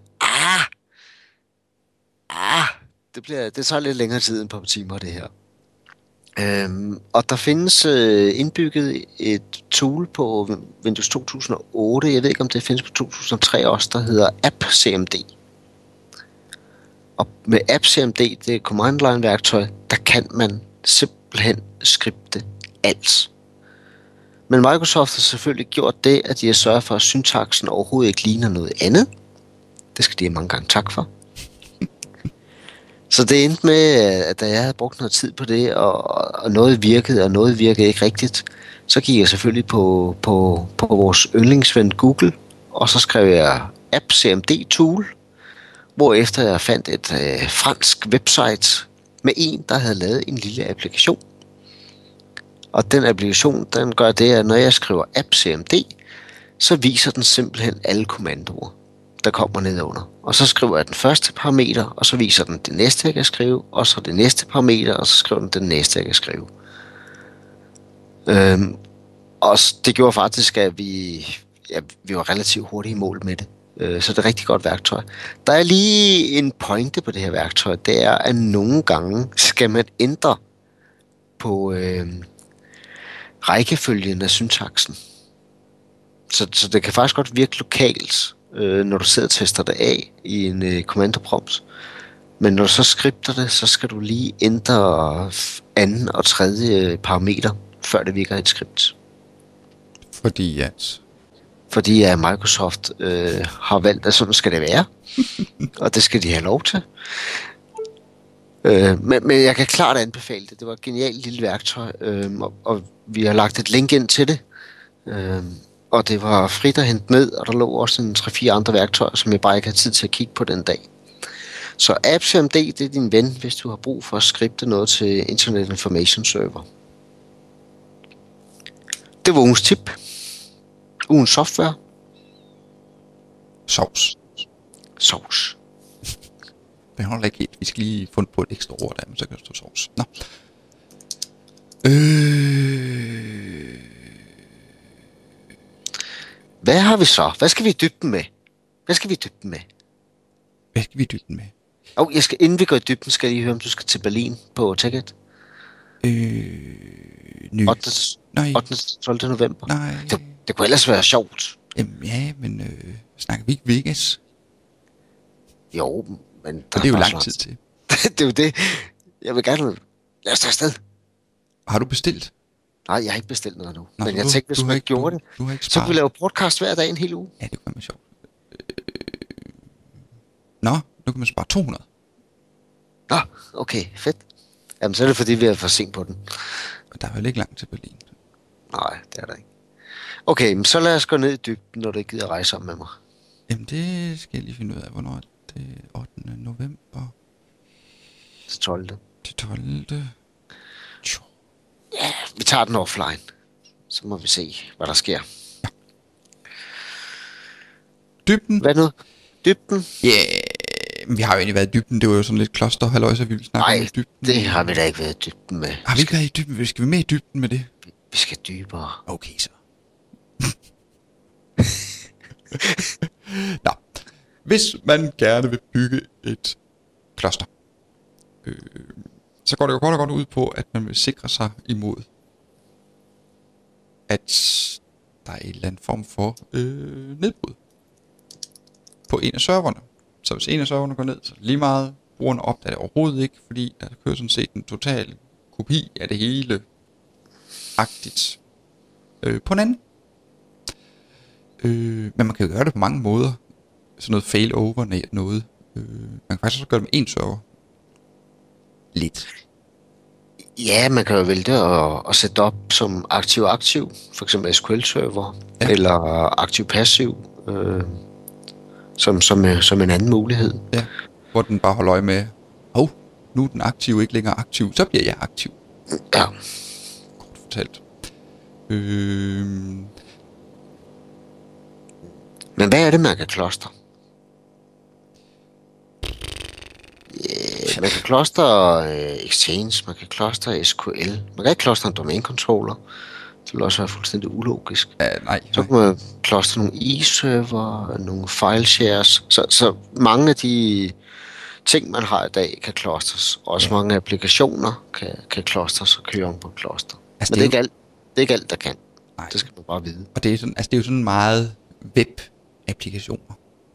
det tager lidt længere tid end på timer, det her. Og der findes indbygget et tool på Windows 2008, jeg ved ikke om det findes på 2003 også, der hedder AppCMD. Og med AppCMD, det er command line værktøj, der kan man simpelthen skripte alt. Men Microsoft har selvfølgelig gjort det, at de har sørget for, at syntaksen overhovedet ikke ligner noget andet. Det skal de have mange gange tak for. Så det endte med, at da jeg havde brugt noget tid på det, og noget virkede, og noget virkede ikke rigtigt, så gik jeg selvfølgelig på vores yndlingsven Google, og så skrev jeg AppCMD Tool, hvorefter jeg fandt et fransk website med en, der havde lavet en lille applikation. Og den applikation, den gør det, at når jeg skriver AppCMD, så viser den simpelthen alle kommandoer, der kommer nedunder. Og så skriver jeg den første parameter, og så viser den det næste, jeg kan skrive, og så det næste parameter, og så skriver den det næste, jeg kan skrive. Og det gjorde faktisk, at vi var relativt hurtigt i mål med det. Så det er et rigtig godt værktøj. Der er lige en pointe på det her værktøj, det er, at nogle gange skal man ændre på rækkefølgen af syntaksen. Så det kan faktisk godt virke lokalt, når du sidder og tester det af i en kommandoprompt. Men når du så skripter det, så skal du lige ændre anden og tredje parameter, før det virker i et skript. Fordi at Microsoft har valgt, at sådan skal det være. Og det skal de have lov til. Men jeg kan klart anbefale det. Det var et genialt lille værktøj, og vi har lagt et link ind til det. Og det var frit at hente ned, og der lå også en 3-4 andre værktøjer, som jeg bare ikke har tid til at kigge på den dag. Så AppCMD, det er din ven, hvis du har brug for at skripte noget til Internet Information Server. Det var ugens tip. Ugens software. Sovs. Det holder ikke helt. Vi skal lige fundet på et ekstra ord der, men så kan det stå sovs. Nå. Hvad har vi så? Hvad skal vi i dybden med? Inden vi går i dybden, skal jeg lige høre, om du skal til Berlin på TechEd. 8. 12. november. Nej. Det kunne ellers være sjovt. Jamen, ja, men snakker vi ikke Vegas? Jo, men det er jo lang tid til. Det er jo det. Jeg vil gerne... Lad os tage afsted. Har du bestilt? Nej, jeg har ikke bestilt noget nu. Nå, men jeg tænkte, hvis man gjorde det, så kunne vi lave podcast hver dag en hel uge. Ja, det kunne være sjovt. Nå, nu kan man spare 200. Nå, okay, fedt. Jamen, så er det fordi, vi er for sent på den. Og der er vel ikke langt til Berlin. Nej, det er der ikke. Okay, men så lad os gå ned i dybden, når du ikke gider rejse sammen med mig. Jamen, det skal jeg lige finde ud af, hvornår det er 8. november. Til 12. Til 12. Ja, vi tager den offline. Så må vi se, hvad der sker. Ja. Dybden? Hvad nu? Dybden? Ja, vi har jo egentlig været i dybden. Det var jo sådan lidt kloster, så vi ville snakke om i dybden. Nej, det har vi da ikke været i dybden med. Har vi ikke været i dybden? Skal vi med i dybden med det? Vi skal dybere. Okay, så. Nå. Hvis man gerne vil bygge et kloster, så går det jo kort og godt ud på, at man vil sikre sig imod, at der er en eller anden form for nedbrud på en af serverne. Så hvis en af serverne går ned, så lige meget brugerne opdager det overhovedet ikke, fordi der kører sådan set en total kopi af det hele agtigt på en anden. Men man kan jo gøre det på mange måder. sådan noget failover noget. Man kan faktisk også gøre det med én server. Lidt. Ja, man kan jo vælge at sætte op som aktiv-aktiv, for eksempel SQL-server, Ja. eller aktiv-passiv, som en anden mulighed. Ja, hvor den bare holder øje med, nu er den aktiv ikke længere aktiv, så bliver jeg aktiv. Ja. Kort fortalt. Men hvad er det, man kan cluster? Man kan cluster Exchange, man kan cluster SQL, man kan ikke cluster en domain controller. Det vil også være fuldstændig ulogisk. Nej. Så kan man cluster nogle e-server, nogle file shares. Så mange af de ting, man har i dag, kan clusters. Også mange applikationer kan clusters og køre om på cluster. Altså, men det er ikke alt, der kan. Nej. Det skal man bare vide. Og det er, sådan, det er jo sådan meget web-applikationer.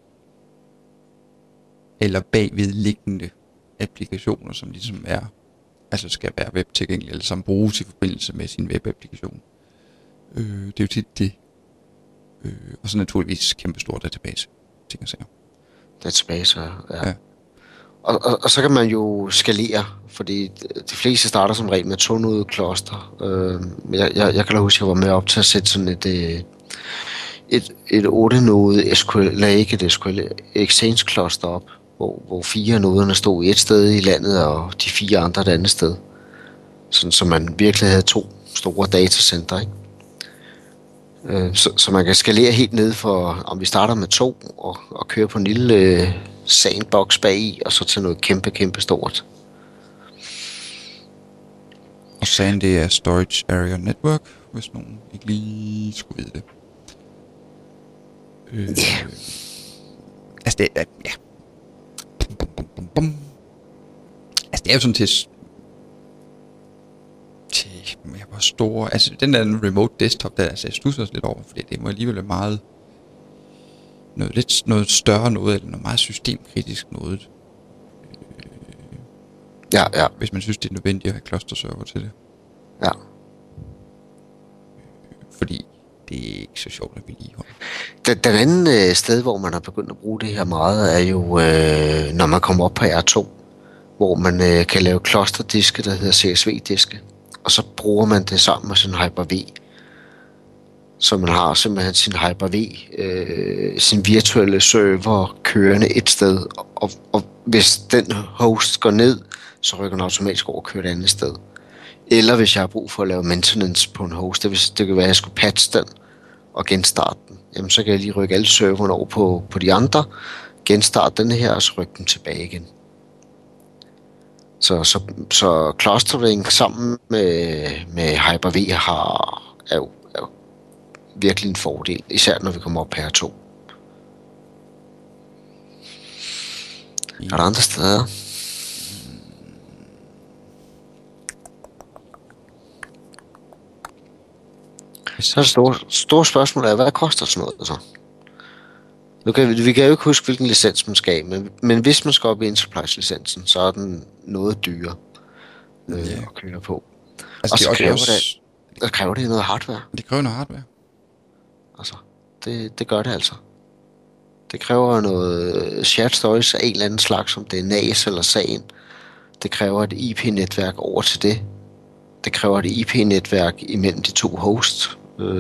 Eller bagvedliggende applikationer, som ligesom skal være webtilgængelige, eller som bruges i forbindelse med sin webapplikation. Det er jo tit det. Og så naturligvis kæmpe stor database, ting og sager. Database, ja. Og så kan man jo skalere, fordi de fleste starter som regel med 2-node cluster. Jeg kan da huske, at jeg var med op til at sætte sådan et 8-node SQL, eller ikke et SQL, Exchange cluster op, hvor 4 noderne stod et sted i landet, og de 4 andre et andet sted. Sådan, så man virkelig havde 2 store datacenter, ikke? Så man kan skalere helt ned for, om vi starter med 2 og kører på en lille sandbox bagi, og så til noget kæmpe stort. Og SAN, det er Storage Area Network, hvis nogen ikke lige skulle vide det. Altså det er, ja. Altså det er jo sådan til hvor store, altså den der remote desktop der, altså jeg stusser også lidt over, fordi det må alligevel være meget noget større noget, eller noget meget systemkritisk noget. Ja. Hvis man synes det er nødvendigt at have cluster-server til det. Ja. Fordi det er ikke så sjovt at vedligeholde. Den anden sted, hvor man har begyndt at bruge det her meget, er jo, når man kommer op på R2, hvor man kan lave clusterdiske, der hedder CSV-diske, og så bruger man det sammen med sin Hyper-V. Så man har simpelthen sin Hyper-V, sin virtuelle server kørende et sted, og hvis den host går ned, så rykker den automatisk over og kører et andet sted. Eller hvis jeg har brug for at lave maintenance på en host, det kan være, at jeg skulle patche den og genstarte den, jamen så kan jeg lige rykke alle serverne over på de andre, genstarte den her, og så rykke dem tilbage igen. Så clustering sammen med Hyper-V er jo virkelig en fordel, især når vi kommer op her 2. Er der andre steder? Så er det store spørgsmål er, hvad koster sådan noget så? Vi kan jo ikke huske, hvilken licens man skal have, men hvis man skal op i Enterprise-licensen, så er den noget dyrere at køre på. Altså, og så kræver det noget hardware. Det kræver noget hardware. Altså, det gør det altså. Det kræver noget shared storage af en eller anden slags, om det er NAS eller SAN. Det kræver et IP-netværk over til det. Det kræver et IP-netværk imellem de 2 hosts.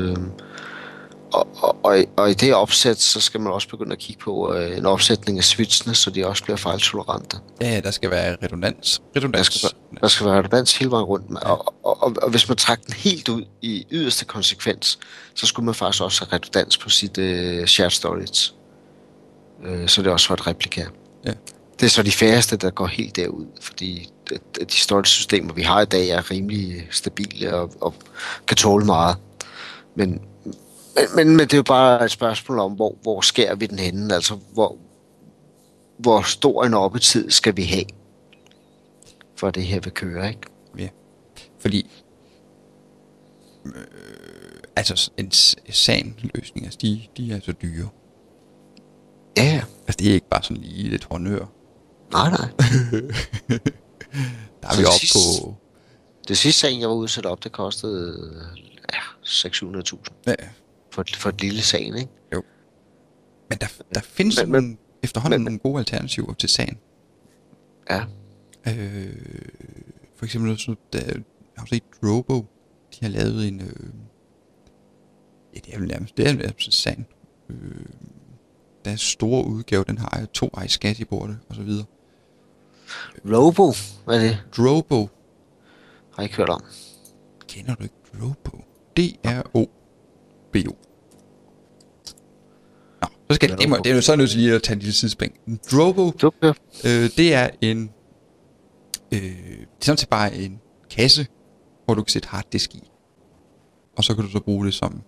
Og i det opsæt, så skal man også begynde at kigge på en opsætning af switchene, så de også bliver fejltolerante. Ja, der skal være redundans. Der skal være redundans hele vejen rundt. Og hvis man trækker den helt ud i yderste konsekvens, så skulle man faktisk også have redundans på sit shared storage. Så det også var et replikær. Ja. Det er så de færreste, der går helt derud, fordi de storage-systemer, vi har i dag, er rimelig stabile og kan tåle meget. Men det er jo bare et spørgsmål om, hvor skærer vi den henne? Altså, hvor stor en oppetid skal vi have, for det her vil køre, ikke? Ja, fordi altså en SAN-løsning, altså de er så dyre. Ja. Altså det er ikke bare sådan lige lidt håndør. Nej. Der er vi oppe på... Det sidste SAN, jeg var ude at sætte op, det kostede 600.000. Ja. For et lille SAN, ikke? Jo. Men der findes efterhånden men, nogle gode alternativer til sagen. Ja. For eksempel så der har du set Drobo. De har lavet en ja, det er vel nærmest sagen. Deres store udgave, den har 2 iSCSI-bordet og så videre. Robo, hvad er det? Drobo. Har jeg ikke hørt om. Kender du ikke Drobo? D-R-O-B-O. Nå, så skal det er jo så nødt til lige at tage en lille sidespring. Drobo, det er en det er sådan set bare en kasse, hvor du kan sætte harddisk i. Og så kan du så bruge det som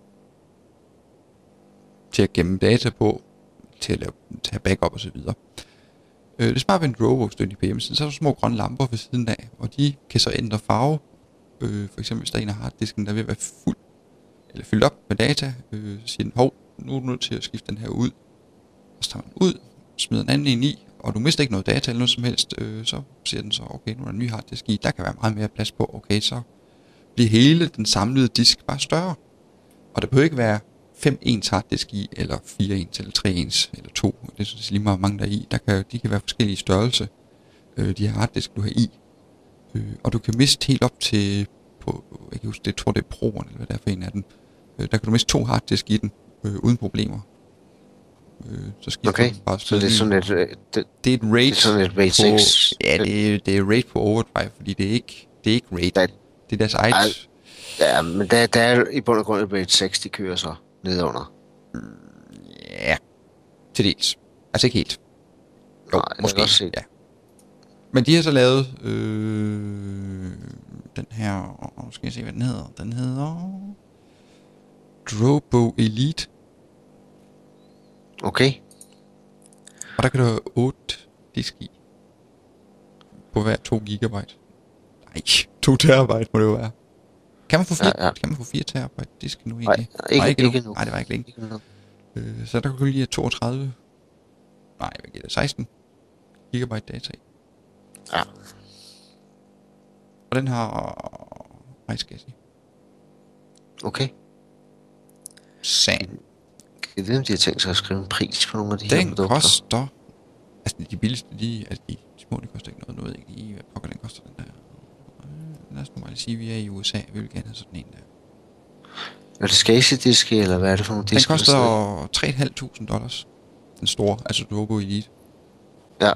til at gemme data på, til at tage backup og så videre. Det smarte ved en Drobo støtte på hjemmesiden, så er der små grønne lamper ved siden af, og de kan så ændre farve. For eksempel hvis der er en af harddisken, der er ved at være fyldt op med data, så siger den, hov, nu er du nødt til at skifte den her ud. Og så tager man ud, smider en anden en i, og du mister ikke noget data eller noget som helst, så siger den så, okay, nu er der en ny harddisk i, der kan være meget mere plads på, okay, så bliver hele den samlede disk bare større. Og der behøver ikke være 5 ens harddisk i, eller 4 ens, eller 3 ens, eller 2. Det er så lige meget mange der er i. De kan være forskellige størrelse, de her harddisk du har i. Og du kan miste helt op til, jeg kan huske, jeg tror det er Pro'en, eller hvad det er for en af dem. Der kan du miste 2 harddisk i den, uden problemer. Så skifter okay, du bare så det er sådan et... det er et RAID. Det er sådan et RAID 6. Ja, det er RAID på Overdrive, fordi det er ikke RAID. Det er deres eget... Ja, men der er i bund og grund et RAID 6, de kører så nedunder. Ja, til dels. Altså ikke helt. Jo, nej, måske, ja. Men de har så lavet den her, skal jeg se hvad den hedder. Den hedder Drobo Elite. Okay. Og der kan du have 8 disk i. På hver 2 gigabyte. Nej, 2 terabyte må det jo være. Kan man få 4, ja. Kan man få 4 terabyte disk nu egentlig? Nej, ikke nu. Nej, det var ikke længe. Så der kan du lige have 32. Nej, hvad giver det? 16 gigabyte data i. Ja. Og den har iSCSI. Okay. Sagen. Jeg ved, om de har tænkt sig at skrive en pris på nogle af de her produkter. Den koster... Altså, de billigste, de små, de koster ikke noget. Nu ved jeg ikke lige, hvad pokker den koster, den der. Lad os nu bare lige sige, vi er i USA. Vi vil gerne have sådan en der. Er det SCSI-diske, eller hvad er det for nogle diske? Den koster $3.500. Den store, altså Drobo Elite. Ja.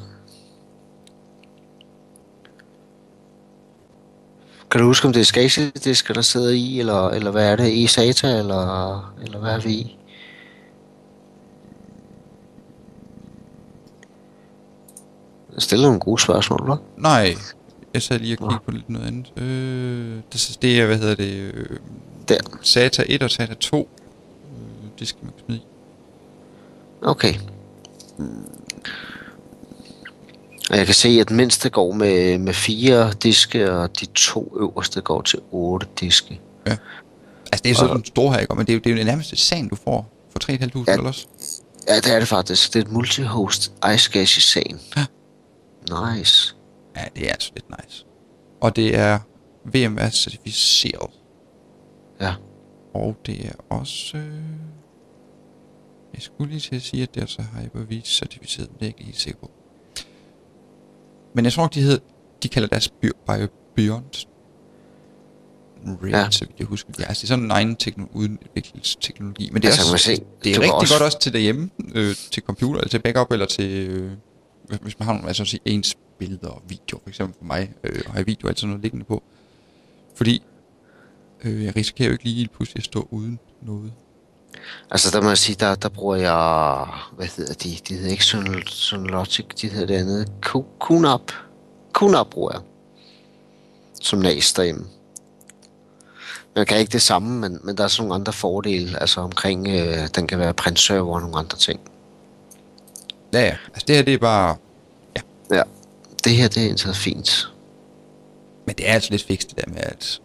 Kan du huske, om det er SCSI-diske, der sidder i, eller hvad er det? I SATA, eller hvad er vi i? Jeg stiller nogle gode spørgsmål, hva'? Nej, jeg sad lige og kiggede på lidt noget andet. Det er, hvad hedder det? Der. SATA 1 og SATA 2. Det skal man smide i. Okay. Og jeg kan se, at den mindste går med 4 diske, og de 2 øverste går til 8 diske. Ja. Altså det er sådan en stor her, ikke? Men det er jo nærmest et sagen, du får for $3.500 dollars. Ja, det er det faktisk. Det er et multi-host iSCSI-sagen. Ja. Nice. Ja, det er altså lidt nice. Og det er VMware certificeret. Ja. Og det er også... jeg skulle lige til at sige, at det er så Hyper-V certificeret, men det er ikke helt sikker på. Men jeg tror ikke, de kalder deres Beyond RAID, så vidt jeg husker. Ja, altså det er sådan en egen udviklingsteknologi. Men det er, altså, også, det er rigtig godt også til derhjemme, til computer, eller til backup, eller til... hvis man har nogle, altså sige, ens billeder og video, for eksempel for mig, og har video altid noget liggende på. Fordi jeg risikerer jo ikke lige pludselig at stå uden noget. Altså der må jeg sige, der bruger jeg, hvad hedder de? De hedder ikke Sonologic, de hedder det andet. QNAP bruger jeg. Som NAS derhjemme. Jeg kan ikke det samme, men der er sådan nogle andre fordele, altså omkring, den kan være printserver og nogle andre ting. Ja, altså det her, det er bare... Ja, det her, det er indtaget fint. Men det er altså lidt fikst, det der med, at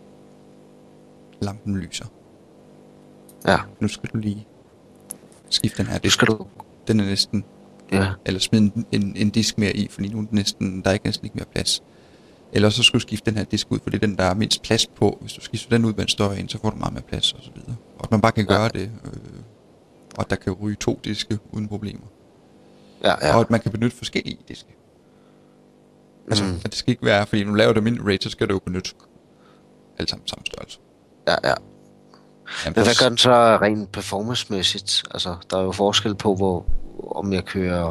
lampen lyser. Ja. Nu skal du lige skifte den her disk. Skal du? Den er næsten... Ja. Eller smide en disk mere i, fordi nu er den næsten, der er næsten ikke mere plads. Eller så skal du skifte den her disk ud, for det er den, der er mindst plads på. Hvis du skifter den ud med en større en, så får du meget mere plads og så videre. Og at man bare kan gøre det og der kan ryge 2 diske uden problemer. Ja. Og at man kan benytte forskellige diske. Altså, at det skal ikke være, fordi når du laver det almindelige RAID, så skal du jo benytte alt sammen samme størrelse. Ja. Jamen, Men hvad gør den så rent performance-mæssigt? Altså, der er jo forskel på, om jeg kører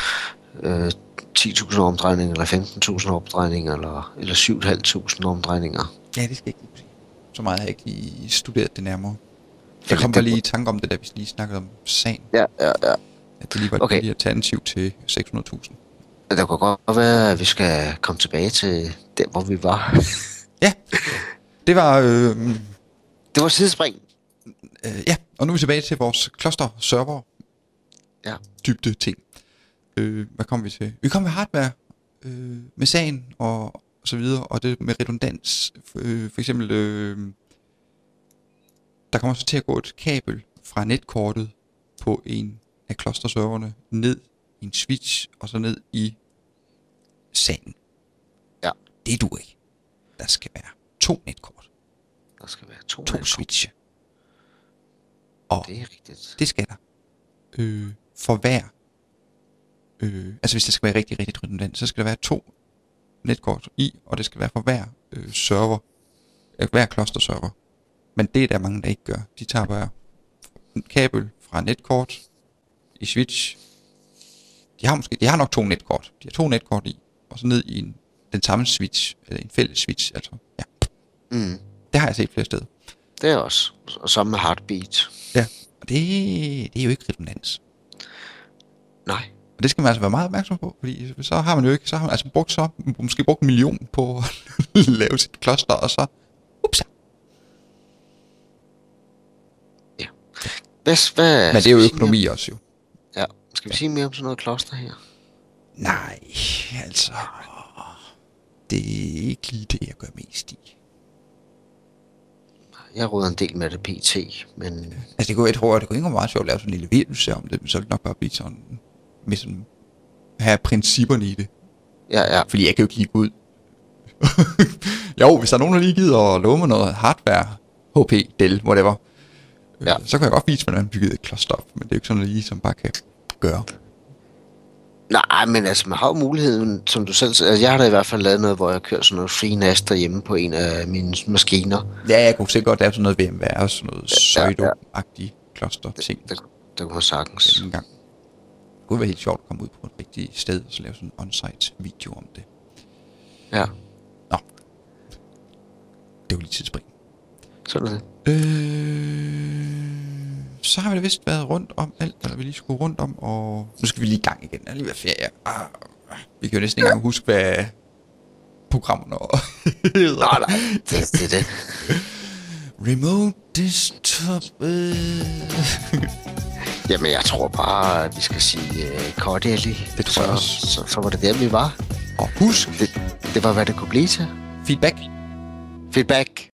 10.000 omdrejninger, eller 15.000 omdrejninger, eller 7.500 omdrejninger. Ja, det skal jeg ikke sige. Så meget har jeg ikke lige studeret det nærmere. Jeg kom bare lige i tanke om det, da vi lige snakkede om SAN. Ja. At det lige var et billigt alternativ til 600.000. Det kan godt være, at vi skal komme tilbage til der, hvor vi var. Ja, det var... Det var sidespring. Ja, og nu er vi tilbage til vores cluster-server. Ja. Dybde ting. Hvad kom vi til? Vi kom med hardware, med SAN og så videre, og det med redundans. For eksempel, der kommer så til at gå et kabel fra netkortet på en af cluster-serverne ned i en switch, og så ned i SAN. Ja. Det duer ikke. Der skal være 2 netkort. Der skal være 2 switche. Og det er rigtigt. det skal der. For hver. Altså hvis det skal være rigtig, rigtig redundant, så skal der være 2 netkort i, og det skal være for hver server. Hver cluster-server. Men det er der mange, der ikke gør. De tager bare kabel fra netkort i switch. De har nok 2 netkort. De har 2 netkort i, og så ned i den samme switch, eller en fælles switch, altså. Ja. Det har jeg set flere steder. Det er også. Og sammen med Heartbeat. Ja, og det er jo ikke redundans. Nej. Og det skal man altså være meget opmærksom på, fordi så har man jo ikke, så har man altså måske brugt 1 million på at lave sit cluster, og så, ups. Ja. Hvad Men det er jo økonomi også jo. Ja, skal vi sige mere om sådan noget cluster her? Nej, altså, det er ikke lige det, jeg gør mest i. Jeg råder en del med det pt, men... Altså jeg tror, det kunne ikke være meget sjovt at lave sådan en lille virus om det, men så vil det nok bare blive sådan, med sådan, have principperne i det. Ja. Fordi jeg kan jo ikke lige gå ud. Jo, hvis der er nogen, der lige gider at love mig noget hardware, HP, Dell, whatever, så kan jeg godt vise, hvordan man bygger et cluster op, men det er jo ikke sådan noget lige, som bare kan gøre. Nej, men altså, man har jo muligheden, som du selv siger. Altså, jeg har da i hvert fald lavet noget, hvor jeg kører sådan noget FreeNAS derhjemme på en af mine maskiner. Ja, jeg kunne sikkert godt lave sådan noget VMware og sådan noget pseudo-agtigt cluster-ting. Det kunne man sagtens. En gang. Det kunne være helt sjovt at komme ud på et rigtigt sted, og så lave sådan en on-site video om det. Ja. Nå. Det var lige tidsspring. Sådan er det. Så har vi da vist været rundt om alt, hvad vi lige skulle rundt om, og nu skal vi lige i gang igen. Der er lige været ferie. Vi kan jo næsten ikke engang huske, hvad programmerne hedder. Nej, det er det. Remote desktop. Jamen, jeg tror bare, at vi skal sige cordially. Det tror jeg også. Så var det der, vi var. Og husk, Det var, hvad det kunne blive til. feedback. Feedback.